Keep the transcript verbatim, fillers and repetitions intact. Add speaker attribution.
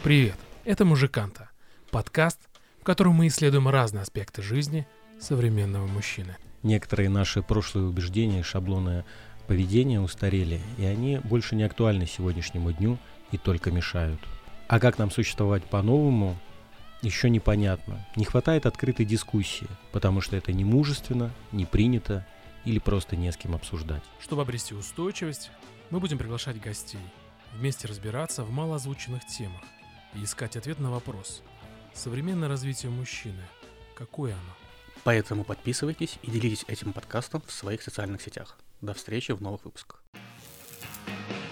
Speaker 1: Привет, это «Мужиканта» — подкаст, в котором мы исследуем разные аспекты жизни современного мужчины.
Speaker 2: Некоторые наши прошлые убеждения, шаблоны поведения устарели, и они больше не актуальны сегодняшнему дню и только мешают. А как нам существовать по-новому, еще непонятно. Не хватает открытой дискуссии, потому что это не мужественно, не принято или просто не с кем обсуждать.
Speaker 1: Чтобы обрести устойчивость, мы будем приглашать гостей, вместе разбираться в малоозвученных темах и искать ответ на вопрос: современное развитие мужчины, какое оно?
Speaker 3: Поэтому подписывайтесь и делитесь этим подкастом в своих социальных сетях. До встречи в новых выпусках.